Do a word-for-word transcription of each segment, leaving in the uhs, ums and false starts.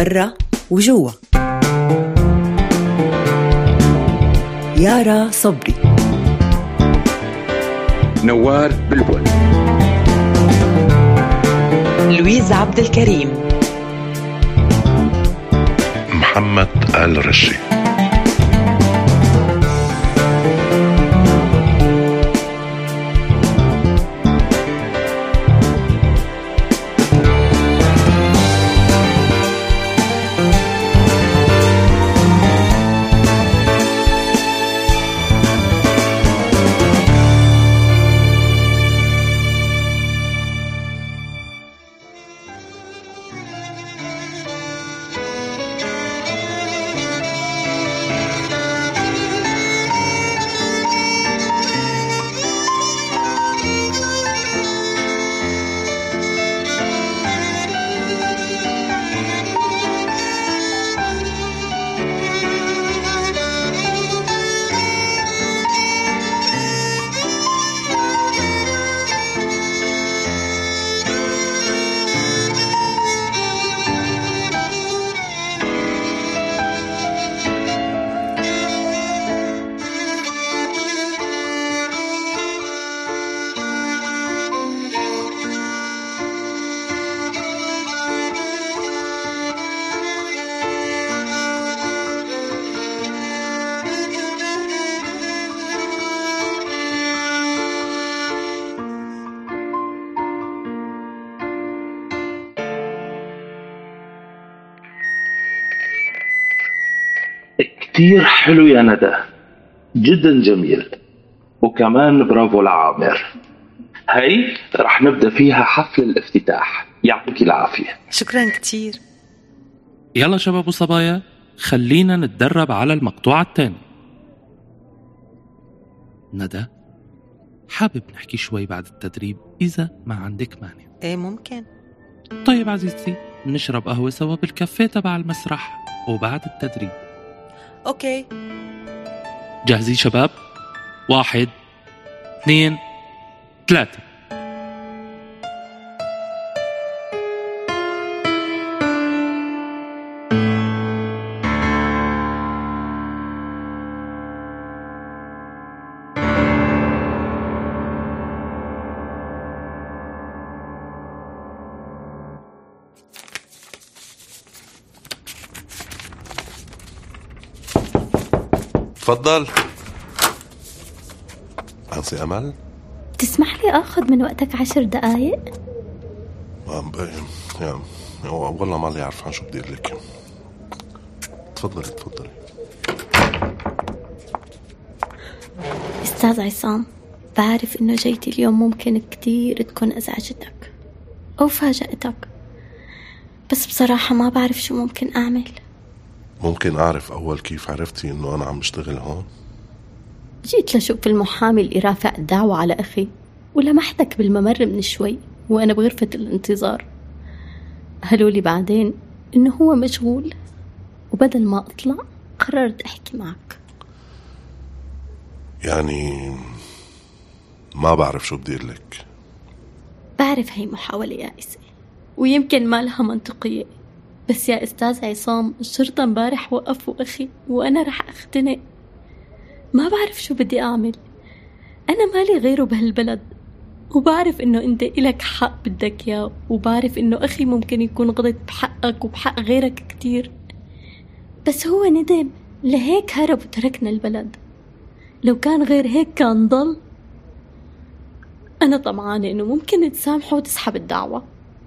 برا وجوا. يارا صبري، نوار بلبل، لويز عبد الكريم، محمد آل رشي. كتير حلو يا ندى، جدا جميل، وكمان برافو لعامر. هاي رح نبدأ فيها حفل الافتتاح، يعطيك العافية. شكرا كتير. يلا شباب وصبايا، خلينا نتدرب على المقطوعة الثانية. ندى، حابب نحكي شوي بعد التدريب إذا ما عندك مانع؟ ايه ممكن. طيب عزيزتي، نشرب قهوة سوا بالكافيه تبع المسرح وبعد التدريب. اوكي، جاهزين شباب؟ واحد اثنين ثلاثة. تفضل. أنسي أمل، تسمح لي أخذ من وقتك عشر دقايق؟ يعني والله ما لي عارف عن شو بدي لك. تفضلي تفضلي. أستاذ عصام، بعرف إنه جيتي اليوم ممكن كتير تكون أزعجتك أو فاجأتك، بس بصراحة ما بعرف شو ممكن أعمل. ممكن أعرف أول كيف عرفتي إنه أنا عم بشتغل هون؟ جيت لشوف المحامي اللي رافع الدعوة على أخي، ولمحتك بالممر من شوي وأنا بغرفة الانتظار. قالوا لي بعدين إنه هو مشغول، وبدل ما أطلع قررت أحكي معك. يعني ما بعرف شو بدي لك. بعرف هي محاولة يائسة ويمكن ما لها منطقية، بس يا أستاذ عصام، الشرطة امبارح وقفوا أخي وأنا رح أختنق. ما بعرف شو بدي أعمل. أنا مالي غيره بهالبلد، وبعرف إنه أنت إلك حق بدك ياه، وبعرف إنه أخي ممكن يكون غلط بحقك وبحق غيرك كتير، بس هو ندم لهيك هرب وتركنا البلد. لو كان غير هيك كان ضل. أنا طمعانة إنه ممكن تسامحه وتسحب الدعوة.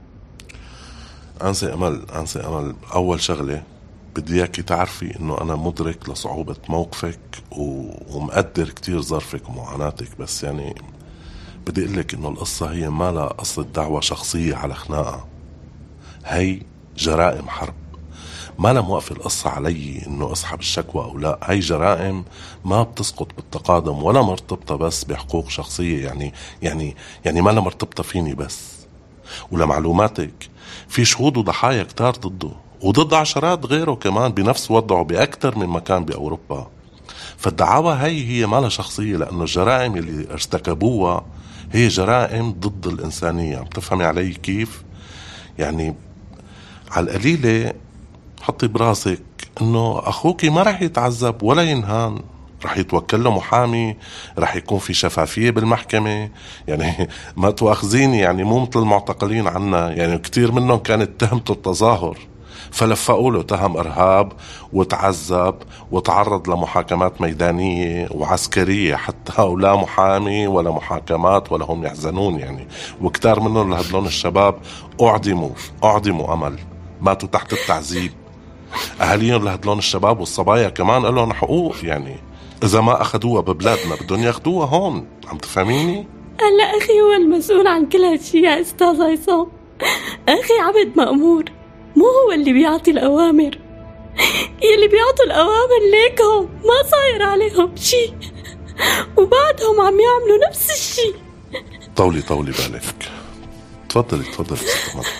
أنسي أمل أنسي أمل أول شغلة بدي إياكي تعرفي إنه أنا مدرك لصعوبة موقفك ومقدر كتير ظرفك ومعاناتك، بس يعني بدي أقولك إنه القصة هي ما لها قصة دعوة شخصية على خناقة. هي جرائم حرب، ما لها موقف القصة علي إنه أسحب الشكوى أو لا. هي جرائم ما بتسقط بالتقادم ولا مرتبطة بس بحقوق شخصية، يعني يعني يعني ما لها مرتبطة فيني بس. ولمعلوماتك في شهود وضحايا كتار ضده وضد عشرات غيره كمان بنفس وضعه بأكتر من مكان بأوروبا. فالدعاوى هي هي ما لها شخصية، لأنه الجرائم اللي ارتكبوها هي جرائم ضد الإنسانية. بتفهمي علي كيف؟ يعني على القليلة حطي براسك انه اخوك ما رح يتعذب ولا ينهان، رح يتوكل له محامي، رح يكون في شفافية بالمحكمة. يعني ما تواخذيني، يعني مو مثل المعتقلين عنا، يعني كتير منهم كانت تهمته التظاهر، فلفقوا له تهم إرهاب وتعذب وتعرض لمحاكمات ميدانية وعسكرية حتى، ولا محامي ولا محاكمات ولا هم يحزنون يعني. وكتار منهم لهدلون الشباب أعدموا أعدموا أمل، ماتوا تحت التعذيب. أهاليهم لهدلون الشباب والصبايا كمان لهم حقوق، يعني إذا ما أخذوها ببلادنا بدهم ياخدوها هون. عم تفهميني؟ هلا أخي هو المسؤول عن كل هالشي يا أستاذ عصام. أخي عبد مأمور، مو هو اللي بيعطي الأوامر. يلي بيعطوا الأوامر ليكهم ما صاير عليهم شي، وبعدهم عم يعملوا نفس الشي. طولي طولي بالك. تفضلي تفضلي ست أمل.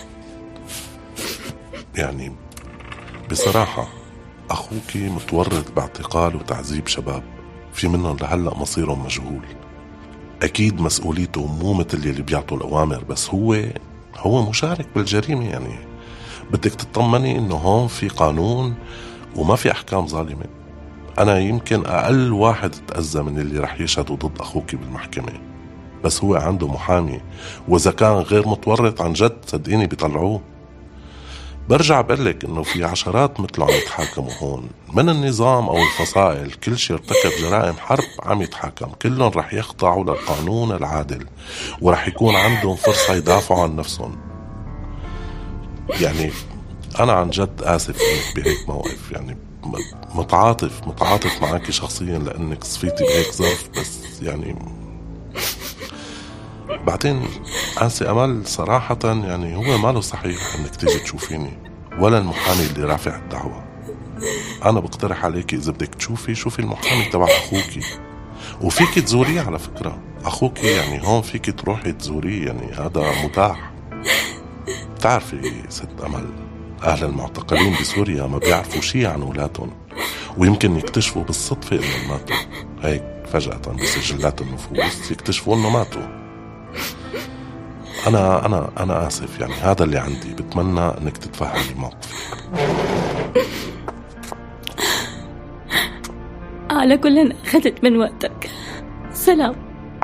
يعني بصراحة أخوك متورط باعتقال وتعذيب شباب، في منهم لهلأ مصيرهم مجهول. أكيد مسؤوليته مو مثل اللي بيعطوا الأوامر، بس هو هو مشارك بالجريمة. يعني بدك تطمني إنه هون في قانون وما في أحكام ظالمة. أنا يمكن أقل واحد تأذى من اللي رح يشهدوا ضد أخوك بالمحكمة، بس هو عنده محامي، وإذا كان غير متورط عن جد صدقيني بيطلعوه. برجع بقلك إنه في عشرات مثله عم يتحاكموا هون من النظام أو الفصائل، كل شي ارتكب جرائم حرب عم يتحاكم، كلهم رح يخضعوا للقانون العادل ورح يكون عندهم فرصة يدافعوا عن نفسهم. يعني أنا عن جد آسف إنك بهيك موقف، يعني متعاطف متعاطف معاكي شخصيا لأنك صفيتي بهيك ظرف، بس يعني بعدين آسي أمل صراحة يعني هو ماله صحيح إنك تيجي تشوفيني ولا المحامي اللي رافع الدعوة. أنا بقترح عليكي إذا بدك تشوفي شوفي المحامي تبع أخوكي، وفيكي تزوريه على فكرة. أخوكي يعني هون فيكي تروحي تزوريه، يعني هذا متاح. تعرفي ست أمل، أهل المعتقلين بسوريا ما بيعرفوا شي عن أولادهم، ويمكن يكتشفوا بالصدفة إنهم ماتوا هيك فجأة بسجلات النفوس، يكتشفوا إنه ماتوا. أنا أنا أنا آسف، يعني هذا اللي عندي. بتمنى إنك تتفهمي موقفي. على كل أخذت من وقتك. سلام.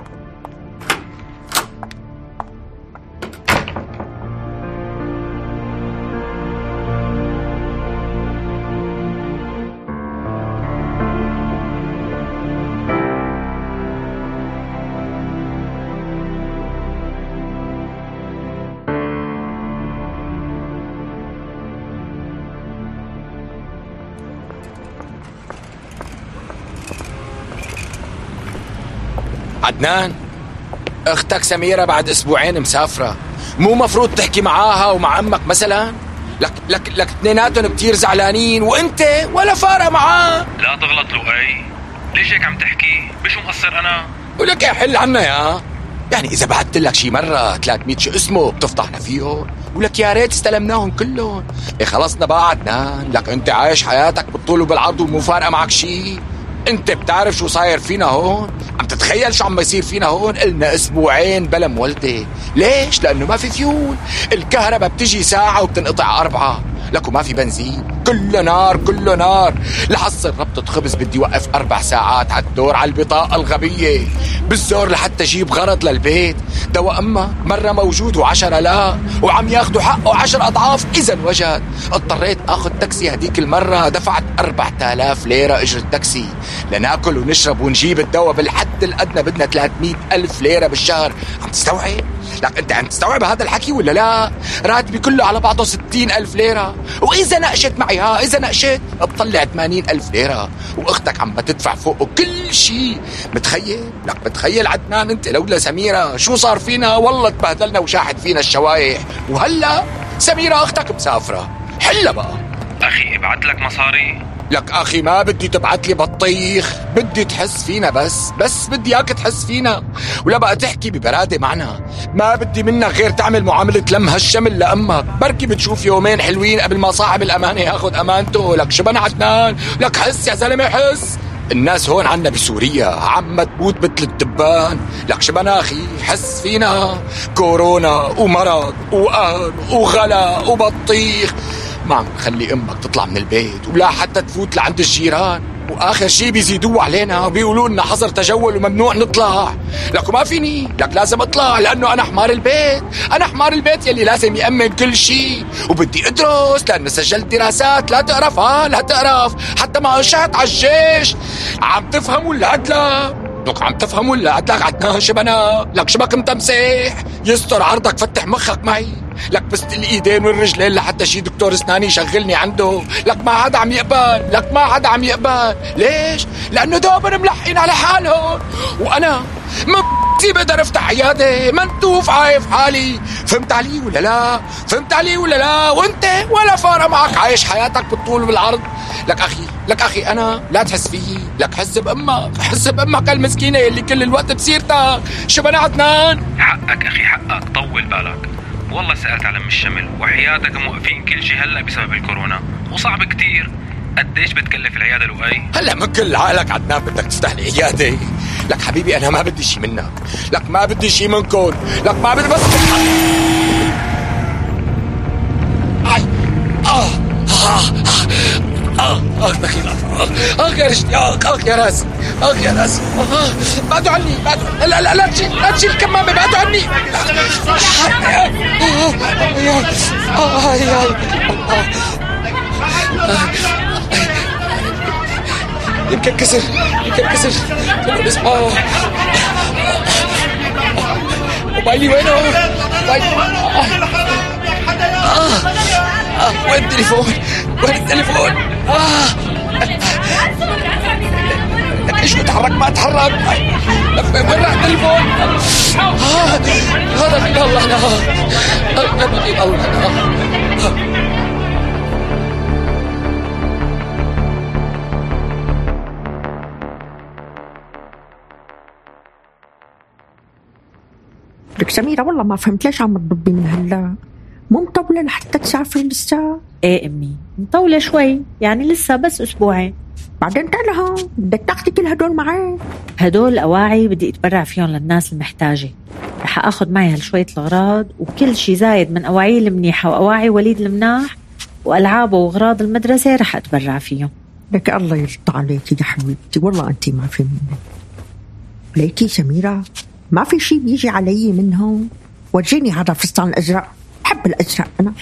عدنان، اختك سميرة بعد اسبوعين مسافرة، مو مفروض تحكي معاها ومع امك مثلا؟ لك لك لك اثنيناتهم كتير زعلانين وانت ولا فارق معاه. لا تغلط لؤي، ليش هيك عم تحكي؟ بشو مقصر انا؟ ولك يا حل عنا يا، يعني اذا بعثت لك شي مرة ثلاثمية شو اسمه بتفضحنا فيهم، ولك يا ريت استلمناهم كلهم. ايه خلصنا بقى عدنان، لك انت عايش حياتك بالطول وبالعرض ومو فارقة معك شي. انت بتعرف شو صاير فينا هون؟ عم تتخيل شو عم بيصير فينا هون؟ قلنا اسبوعين بلا مولدة. ليش؟ لانه ما في فيول، الكهرباء بتجي ساعة وبتنقطع اربعة، لكو ما في بنزين، كله نار كله نار. لحصل ربطة خبز بدي وقف اربع ساعات على الدور على البطاقة الغبية، بالزور لحتى جيب غرض للبيت. دواء أما مرة موجود وعشرة لا، وعم ياخدوا حقه عشر أضعاف إذا وجد. اضطريت أخذ تاكسي هديك المرة، دفعت أربعة آلاف ليرة إجر التاكسي لناكل ونشرب ونجيب الدواء. بالحد الأدنى بدنا ثلاثمية ألف ليرة بالشهر. عم تستوعب؟ لك أنت عم تستوعب هذا الحكي ولا لا؟ راتبي كله على بعضه ستين ألف ليرة، وإذا نقشت معي ها إذا نقشت بطلع ثمانين ألف ليرة، وأختك عم بتدفع فوقه كل شيء. متخيل؟ لك متخيل عدنان أنت لولا سميرة شو صار فينا؟ والله تبهدلنا وشاحت فينا الشوايح، وهلأ سميرة أختك مسافرة. حلة بقى أخي ابعت لك مصاري. لك أخي ما بدي تبعت لي بطيخ، بدي تحس فينا بس بس بدي إياك تحس فينا، ولا بقى تحكي ببرادة معنا. ما بدي منك غير تعمل معاملة لم هالشمل لأمك، بركي بتشوف يومين حلوين قبل ما صاحب الأمانة ياخد أمانته. لك شبن عدنان، لك حس يا زلمة حس. الناس هون عنا بسوريا عم تموت مثل الدبان. لك شبن أخي حس فينا. كورونا ومرض وقهر وغلا وبطيخ، ما عم نخلي امك تطلع من البيت ولا حتى تفوت لعند الجيران، واخر شي بيزيدوا علينا وبيقولوا لنا حظر تجول وممنوع نطلع. لك ما فيني، لك لازم اطلع لانه انا حمار البيت، انا حمار البيت يلي لازم يأمن كل شي، وبدي ادرس لان سجلت دراسات. لا تقرف ها لا تقرف، حتى ما انشأت على الجيش. عم تفهم ولا ادلك؟ لك عم تفهم ولا ادلك؟ عدنان شبنا لك شبك متمسح، يستر عرضك فتح مخك معي. لك بست الايدين والرجلين لحتى شي دكتور اسناني يشغلني عنده. لك ما حدا عم يقبل، لك ما حدا عم يقبل. ليش؟ لانه دوبر ملحقين على حالهم، وانا ما بصير بقدر افتح عياده، منتوف عايف حالي. فهمت علي ولا لا؟ فهمت علي ولا لا؟ وانت ولا فارق معك، عايش حياتك بالطول والعرض. لك اخي لك اخي انا لا تحس فيي، لك حس بامك، حس بامك المسكينه اللي كل الوقت بسيرتك. شبنا عدنان؟ حقك اخي حقك، طول بالك. والله سألت على ام الشمل وحياتك موقفين كل شيء هلا بسبب الكورونا، وصعب كتير. قديش بتكلف العياده لؤي؟ هلا من كل عقلك عدنان بدك تفتح لي عياده؟ لك حبيبي انا ما بدي شيء منك، لك ما بدي شيء منكم، لك ما بدي بس آي. آه آه آه آه دقيقة آه آه يا رجلي آه آه يا راسي آه يا راسي آه بعدوا عني بعدوا لا لا لا تشيل لا تشيل الكمامة، بعدوا عني. آه آه يمكن كسر يمكن كسر بس آه موبايلي وينه؟ موبايلي آه آه وين التليفون؟ وين التليفون؟ آه لك إيش بتحرك ما أتحرك؟ لك وين راح التليفون؟ آه هذا غير الله لا هذا غير الله لا. لك سميرة والله ما فهمت ليش عم تضبي من هلا؟ مو مطولة لحتى تسافري لسه؟ ايه امي مطولة شوي، يعني لسه بس اسبوعين. بعدين تقلها بدك تاخدي كل هدول معي؟ هدول اواعي بدي اتبرع فيهم للناس المحتاجة. رح اخذ معي هالشوية الاغراض وكل شي زايد من اواعي المنيحة واواعي وليد المناح والعابه واغراض المدرسة رح اتبرع فيهم. لك الله يرضى عليك يا حبيبتي، والله انت ما في مني. ليكي سميرة ما في شي بيجي علي منهم. ورجيني هذا الفستان الازرق، بحب الازرق انا.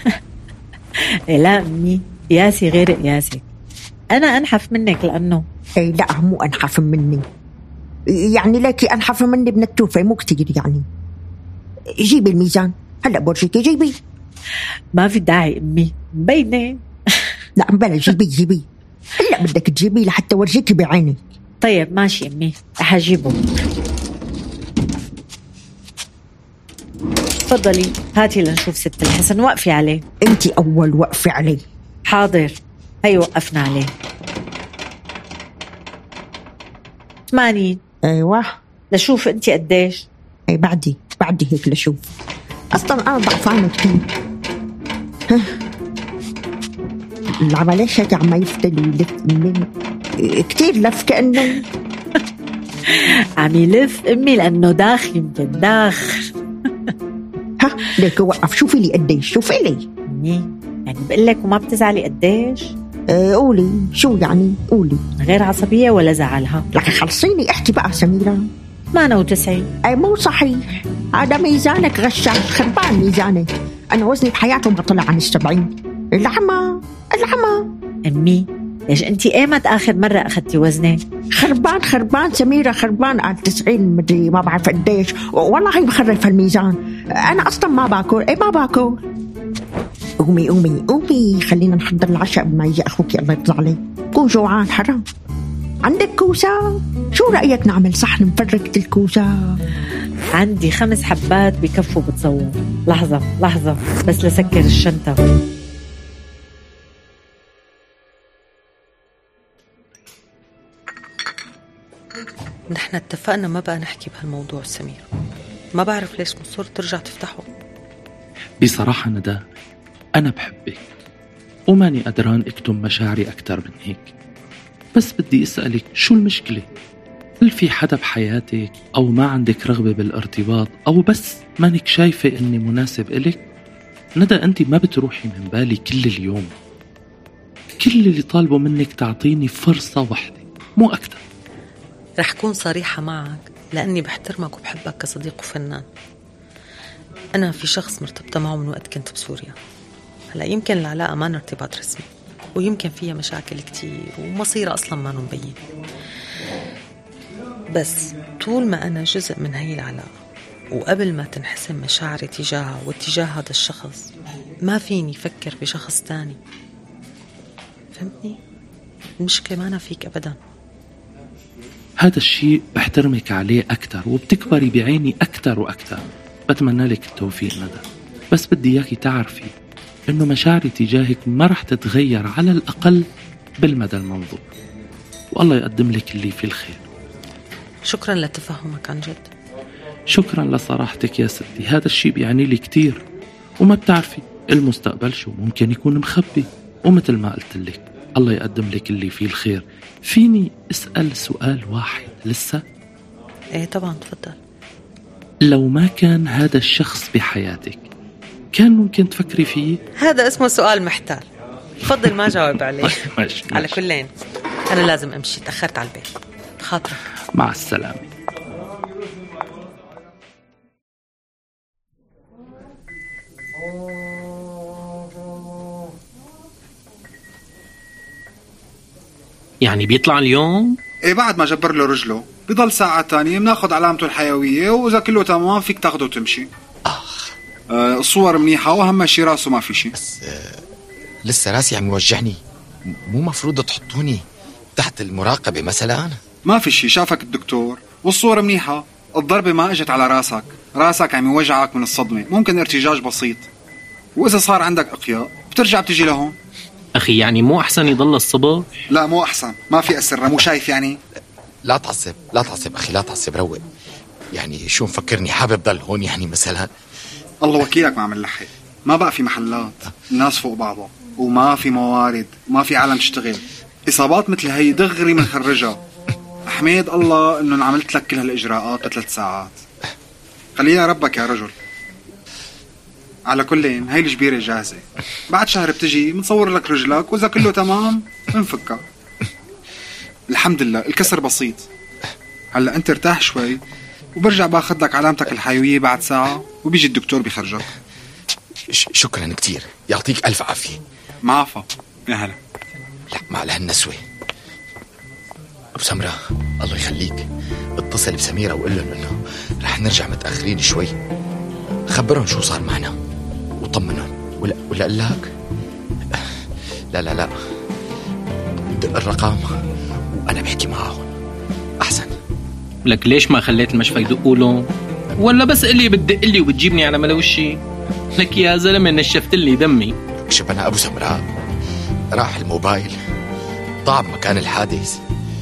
لا امي قياسي غير قياسك، انا انحف منك لانه اي لا مو انحف مني، يعني لكي انحف مني بنتوفه مو كتير. يعني جيبي الميزان هلا بورجيكي، جيبي. ما في داعي امي مبينه. لا بلا جيبي جيبي هلا بدك تجيبي لحتى ورجيكي بعينك. طيب ماشي امي رح اجيبه. تفضلي هاتي لنشوف ست الحسن، وقفي عليه. انت اول وقفي عليه. حاضر هي وقفنا عليه. ثمانين. ايوه لشوف انت قديش. اي بعدي بعدي هيك لشوف، اصلا انا ضعفانه كتير. العمليه هيك عم يفتل ويلف مني كتير، لف كانه عم يلف امي لانه داخ، يمكن داخ. ها ليك وقف شوفي لي قديش، شوفي لي. يعني بقول لك وما بتزعلي قديش؟ اه قولي شو يعني، قولي. غير عصبية ولا زعلها؟ لك خلصيني احكي بقى سميرة. ثمانية وتسعين. اي مو صحيح، هذا ميزانك غشاش، خربان ميزانك. انا وزني بحياته ما طلع عن السبعين. العمى العمى. امي ليش انتي ايمت اخر مرة اخذتي وزني؟ خربان خربان سميرة خربان على تسعين مدري ما بعرف قديش، والله مخرف الميزان. انا اصلا ما باكل، اي ما باكل. قومي قومي قومي خلينا نحضر العشاء قبل ما يجي اخوك الله يرضى عليه. كون جوعان حرام. عندك كوسة؟ شو رأيك نعمل صحن مفركة الكوسة؟ عندي خمس حبات بكفوا بتصور. لحظة لحظة بس لسكر الشنطة. نحن اتفقنا ما بقى نحكي بهالموضوع سمير، ما بعرف ليش مصر ترجع تفتحه. بصراحة ندى أنا بحبك وماني قدران أكتم مشاعري أكتر من هيك، بس بدي أسألك شو المشكلة؟ هل في حدا بحياتك أو ما عندك رغبة بالارتباط أو بس مانك شايفة إني مناسب إلك؟ ندى أنت ما بتروحي من بالي كل اليوم. كل اللي طالبه منك تعطيني فرصة واحدة مو أكتر. رح كون صريحة معك لأني بحترمك وبحبك كصديق وفنان. أنا في شخص مرتبطة معه من وقت كنت بسوريا. هلأ يمكن العلاقة ما ارتباط رسمي ويمكن فيها مشاكل كتير ومصيرها أصلا ما مبين، بس طول ما أنا جزء من هاي العلاقة وقبل ما تنحسم مشاعري تجاهها واتجاه هذا الشخص ما فيني فكر بشخص تاني. فهمتني؟ المشكلة ما أنا فيك أبدا. هذا الشيء بحترمك عليه أكتر وبتكبري بعيني أكتر وأكتر. بتمنى لك التوفيق ندى، بس بدي إياكي تعرفي إنه مشاعري تجاهك ما رح تتغير على الأقل بالمدى المنظور، والله يقدم لك اللي فيه الخير. شكرا لتفهمك عن جد. شكرا لصراحتك يا ستي، هذا الشيء بيعني لي كتير. وما بتعرفي المستقبل شو ممكن يكون مخبي، ومثل ما قلت لك الله يقدم لك اللي فيه الخير. فيني اسأل سؤال واحد لسه؟ ايه طبعا تفضل. لو ما كان هذا الشخص بحياتك كان ممكن تفكري فيه؟ هذا اسمه سؤال محتال، تفضل ما جاوب عليه. ماشي على كلين أنا لازم أمشي، تأخرت على البيت. خاطرك. مع السلامة. يعني بيطلع اليوم؟ ايه بعد ما جبر له رجله بضل ساعة تانية بناخد علامته الحيوية، وإذا كله تمام فيك تاخده وتمشي. آخ آه الصور منيحة وأهم شي راسه ما في شي. بس آه لسه راسي عم يوجعني. مو مفروض تحطوني تحت المراقبة مثلا؟ ما في شي، شافك الدكتور والصور منيحة. الضربة ما اجت على راسك، راسك عم يوجعك من الصدمة، ممكن ارتجاج بسيط، وإذا صار عندك إقياء بترجع بتجي لهون. أخي يعني مو أحسن يضل الصبح؟ لا مو أحسن، ما في أسرة، مو شايف يعني؟ لا تعصب لا تعصب أخي، لا تعصب، روق. يعني شو مفكرني حابب ضل هون يعني مثلا؟ الله وكيلك ما عم نلحق، ما بقى في محلات، الناس فوق بعضها، وما في موارد، وما في عالم تشتغل. إصابات مثل هي دغري من خرجها. أحمد الله إنه عملت لك كل هالإجراءات بثلاث ساعات. خليها ربك يا رجل. على كلين هاي الجبيرة جاهزة، بعد شهر بتجي بنصور لك رجلك، وإذا كله تمام بنفكها. الحمد لله الكسر بسيط. هلا أنت ارتاح شوي وبرجع باخذ لك علامتك الحيوية بعد ساعة، وبيجي الدكتور بيخرجك. شكرا كتير، يعطيك ألف عافية. معافى يا هلا. لا ما على هالنسوة. أبو سمرة الله يخليك اتصل بسميرة وقل لهم إنه رح نرجع متأخرين شوي، خبرهم شو صار معنا وطمنهم. ولا ولا قال لك؟ لا لا لا، دق الرقم وأنا بحكي معهم أحسن. لك ليش ما خليت المشفى يدقوا له؟ ولا بس قلي بتدق لي وبتجيبني على ملوشي؟ لك يا زلمة نشفت لي دمي. شبنا أبو سمراء، راح الموبايل ضاع بمكان الحادث.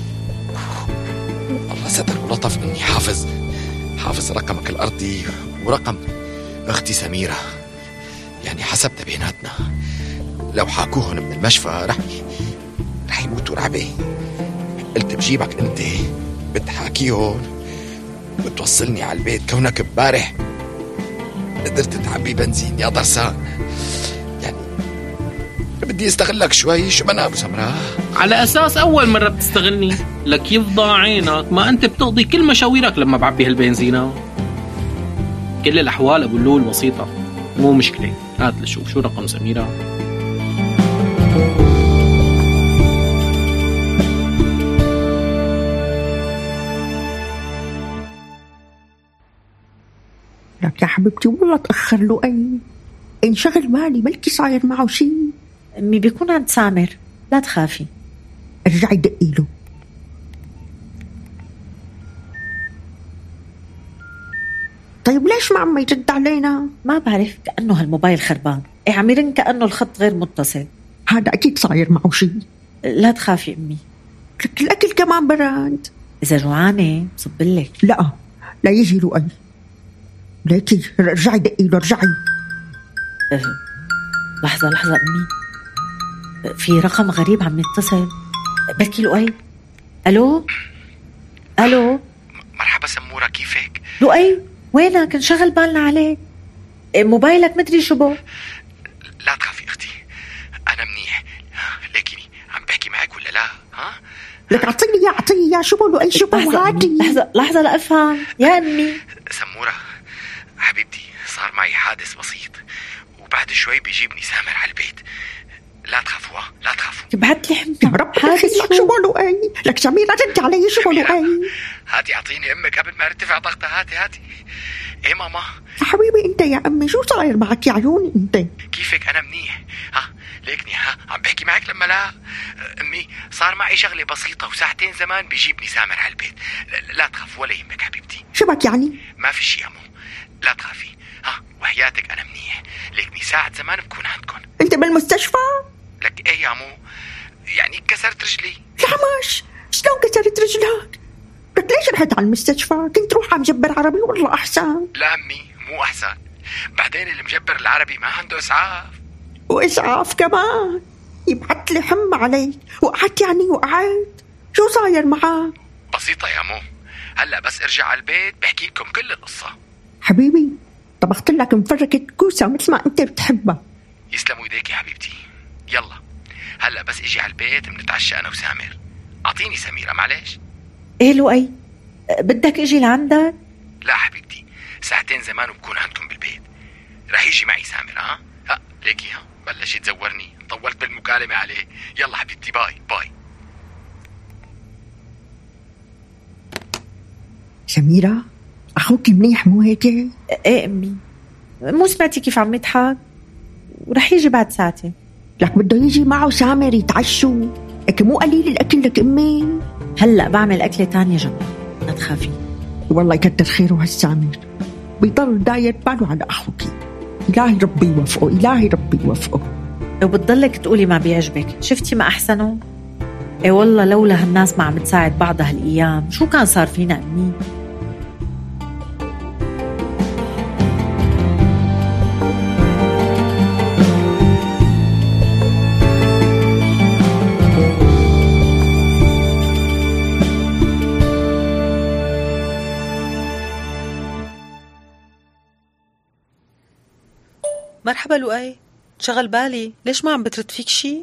الله ستر ولطف إني حافظ حافظ رقمك الأرضي ورقم أختي سميرة، يعني حسبت بيناتنا لو حاكوهن من المشفى رح رح يموتوا رعبة. قلت بجيبك أنت بتحاكيهن وتوصلني على البيت، كونك ببارح قدرت تعبي بنزين يا ضرسان. يعني بدي استغلك شوي. شو بنا أبو سمراء؟ على أساس أول مرة بتستغلني؟ لك يفضى عينك، ما أنت بتقضي كل مشاويرك لما بعبي هالبنزينة. كل الأحوال أبو اللول بسيطة، مو مشكلة. هات لشوف شو رقم سميرة. لك يا حبيبتي والله تأخر له. أي انشغل بالي بلكي صاير معه شيء. أمي بيكون عند سامر، لا تخافي. ارجعي دقي له. طيب ليش ما عم يرد علينا؟ ما بعرف، كأنه هالموبايل خربان. إيه عم يرن كأنه الخط غير متصل. هذا أكيد صاير معه شيء. لا تخافي أمي. لك الأكل كمان برد. إذا جوعانة صبلك. لا لا يجي له أي. ليكي رجعي دقي له رجعي. أه. لحظة لحظة أمي، في رقم غريب عم يتصل. بلكي له أي. ألو ألو. مرحبا سمورة، كيفك؟ له أي وينك؟ انشغل بالنا عليك. موبايلك مدري شو بو. لك اعطيني يا اعطيني يا شو لؤي شو هاتي. لحظة لحظة لأفهم يا أمي. سمورة حبيبتي، صار معي حادث بسيط وبعد شوي بيجيبني سامر على البيت. لا تخافوا لا تخافوا. بعت لي حمى يا رب حادث شو لؤي. لك سميرة رد علي شو لؤي. هاتي اعطيني امك قبل ما ارتفع ضغطها. هاتي هاتي. ايه ماما؟ يا حبيبي انت يا امي شو صاير معك يا عيوني انت؟ كيفك؟ انا منيح. ها ليكني ها عم بحكي معك لما لا. امي صار معي شغله بسيطه وساعتين زمان بيجيبني سامر على البيت. لا, لا تخاف ولا يهمك حبيبتي. شو بك يعني؟ ما في شيء يا مو، لا تخافي. ها وحياتك انا منيح. ليكني ساعه زمان بكون عندكم. انت بالمستشفى؟ لك ايه يا مو، يعني كسرت رجلي. لا ماش شلون كسرت رجلك؟ لك ليش رحت على المستشفى؟ كنت روح على مجبر عربي والله احسن. لا امي مو احسن، بعدين المجبر العربي ما عنده اسعاف. واسعاف كمان؟ يبعت لي حمى عليك. وقعت يعني وقعت؟ شو صاير معك؟ بسيطه يا مو، هلا بس ارجع على البيت بحكي لكم كل القصه. حبيبي طبخت لك مفركه كوسه مثل ما انت بتحبها. يسلموا ايديك يا حبيبتي. يلا هلا بس اجي على البيت بنتعشى انا وسامر. اعطيني سميره معلش. ايه لؤي بدك اجي لعندك؟ لا حبيبتي، ساعتين زمان وبكون عندكم بالبيت. رح يجي معي سامر. ها ها ليكي ها بلش يتزورني. طولت بالمكالمه عليه. يلا حبيبتي باي باي. سميرة اخوك منيح مو هيك؟ ايه امي، مو سمعتي كيف عم يضحك؟ ورح يجي بعد ساعتين. لك بده يجي معه سامر يتعشوا. لك مو قليل الاكل لك امي. هلا بعمل اكله تانية جنبه لا تخافي. والله يكتر خيره هالسامر، بيضل داير باله على اخوك. الهي ربي يوفقه، الهي ربي يوفقه. لو بتضلك تقولي ما بيعجبك، شفتي ما احسنه؟ ايه والله لولا هالناس ما عم تساعد بعضها هالايام شو كان صار فينا امي. مرحبا لؤي، شغل بالي ليش ما عم بترد فيك شي؟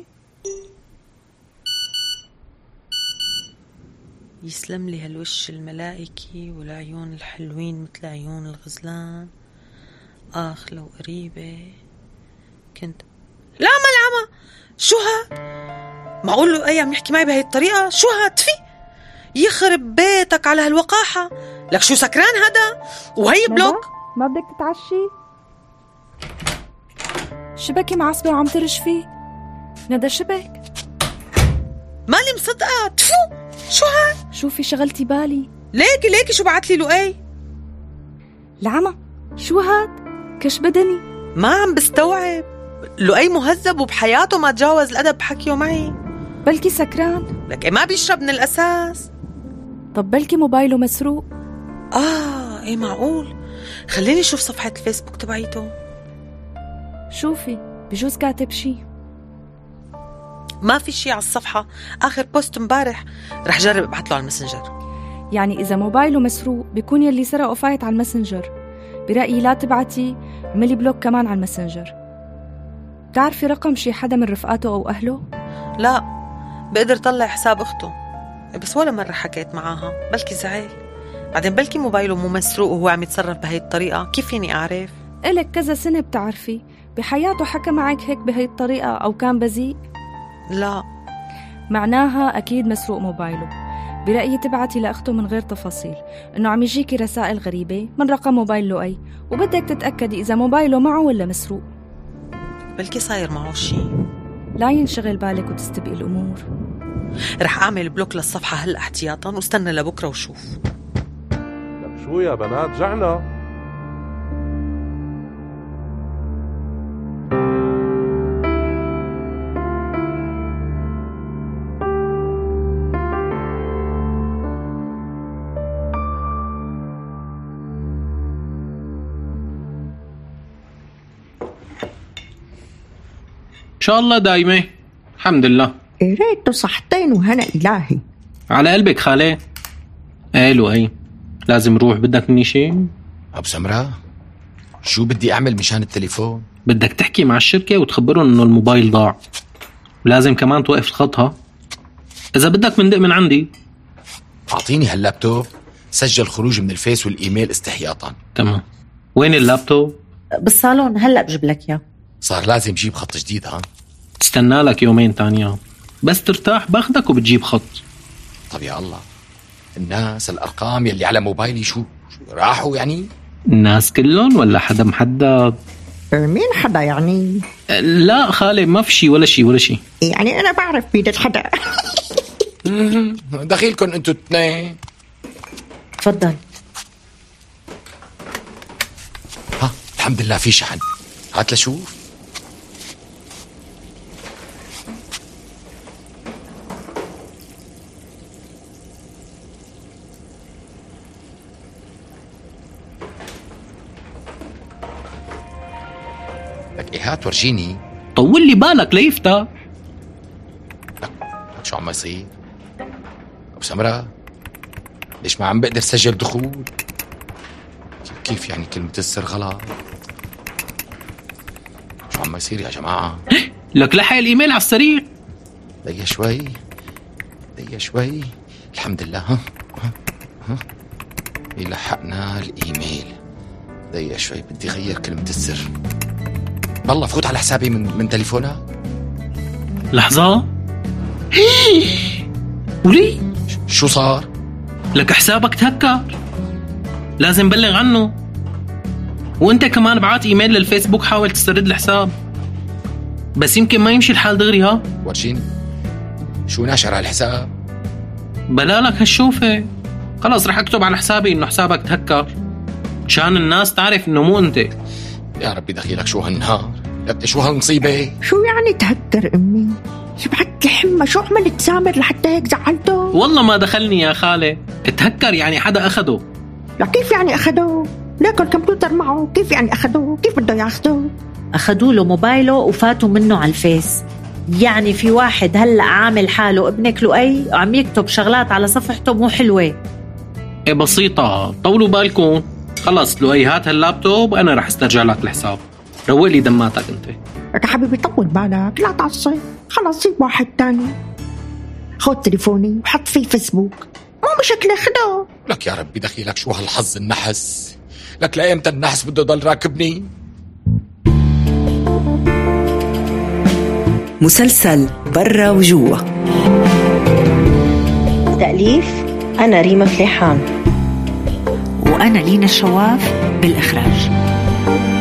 يسلم لي هالوش الملائكي والعيون الحلوين مثل عيون الغزلان. آخ لو قريبة كنت. لا ما العمى شو هاد؟ معقول لؤي عم يحكي معي بهاي الطريقة؟ شو هاد في؟ يخرب بيتك على هالوقاحة. لك شو سكران هذا؟ وهي بلوك. ما بدك تتعشي؟ شبكي معصبة وعم ترجفي؟ ندى شبك؟ مالي مصدقة. تفو شو هاد؟ شوفي شغلتي بالي. ليكي ليكي شو بعت لي لؤي؟ العمى شو هاد؟ كش بدني. ما عم بستوعب. لؤي مهذب وبحياته ما تجاوز الأدب بحكيه معي. بلكي سكران. لك ما بيشرب من الأساس. طب بلكي موبايله مسروق. آه إيه معقول. خليني شوف صفحة الفيسبوك تبعيته. شوفي بجوز كاتب شي. ما في شي على الصفحة. آخر بوست مبارح. رح جرب ابعت له على الماسنجر. يعني إذا موبايله مسروق بيكون يلي سرقه فايت على الماسنجر. برأيي لا تبعتي، عملي بلوك كمان على الماسنجر. بتعرفي رقم شي حدا من رفقاته أو أهله؟ لا بقدر طلع حساب أخته، بس ولا مرة حكيت معاها. بلكي زعل. بعدين بلكي موبايله مو مسروق وهو عم يتصرف بهاي الطريقة. كيف فيني أعرف؟ إلك كذا سنة بتعرفي بحياته حكى معك هيك بهاي الطريقة أو كان بذيء؟ لا. معناها أكيد مسروق موبايله. برأيي تبعتي لأخته من غير تفاصيل إنه عم يجيكي رسائل غريبة من رقم موبايل لؤي، وبدك تتأكدي إذا موبايله معه ولا مسروق. بلكي صاير معه شي. لا ينشغل بالك وتستبقي الأمور. رح أعمل بلوك للصفحة هلأ احتياطاً واستنى لبكرة وشوف. لك شو يا بنات جعنا؟ إن شاء الله دايمة. الحمد لله. يا ريته صحتين وهنا إلهي. على قلبك خالي. ايه لؤي لازم روح. بدك مني شيء؟ أبو سمرة شو بدي أعمل مشان التليفون؟ بدك تحكي مع الشركة وتخبرهم إنه الموبايل ضاع، ولازم كمان توقف الخط. ها إذا بدك مندق من عندي. أعطيني هاللابتوب، سجل خروج من الفيس والإيميل استحياطا. تمام. وين اللابتوب؟ بالصالون، هلأ بجيب لك إياه. صار لازم جيب خط جديد ها؟ استنى لك يومين تانية، بس ترتاح باخدك وبتجيب خط. طب يا الله، الناس الأرقام يلي على موبايلي شو راحوا يعني؟ الناس كلهم ولا حدا محدد؟ مين حدا يعني؟ لا خالي، ما في شي ولا شي ولا شي. يعني أنا بعرف بيد حدا. دخيلكن انتو اثنين. تفضل. ها الحمد لله في شحن، هات لشوف. لك ايه هات ورجيني. طول لي بالك ليفتح. شو عم يصير؟ أبو سمرة ليش ما عم بقدر سجل دخول؟ كيف يعني كلمة السر غلط؟ شو عم يصير يا جماعة؟ لك لحق الإيميل على السريع. دقيقة شوي دقيقة شوي. الحمد لله. ها ها ها لحقنا الإيميل. دقيقة شوي بدي غير كلمة السر. والله فوت على حسابي من من تليفونها. لحظة. ولي شو صار؟ لك حسابك تهكر، لازم بلغ عنه. وانت كمان بعت ايميل للفيسبوك حاول تسترد الحساب، بس يمكن ما يمشي الحال دغري. ها ورجيني شو ناشر على الحساب. بلالك هالشوفة. خلاص رح اكتب على حسابي انه حسابك تهكر مشان الناس تعرف انه مو انت. يا ربي دخيلك شو هالنهار، شو هالمصيبة. شو يعني تهكر أمي؟ شبحت الحمى، شو عملت سامر لحتى هيك زعلته؟ والله ما دخلني يا خالي. تهكر يعني حدا أخده. لا كيف يعني أخده؟ ليك الكمبيوتر معه، كيف يعني أخده؟ كيف بده ياخده؟ أخدوا له موبايله وفاتوا منه على الفيس. يعني في واحد هلأ عامل حاله ابنك لؤي وعم يكتب شغلات على صفحته مو حلوة. ايه بسيطة، طولوا بالكم. خلص لؤي هات هاللابتوب وأنا رح استرجع لك الحساب. روق لي دماتك انت. يا حبيبي طول بالك، لا تعصب. خلاص سيب واحد تاني. خد تليفوني وحط فيه فيسبوك، مو مشكلة خده. لك يا ربي دخيلك شو هالحظ النحس. لك لأيمتى النحس بده ضل راكبني. مسلسل برا وجوا. تأليف أنا ريما فليحان، وأنا لينا الشواف بالإخراج.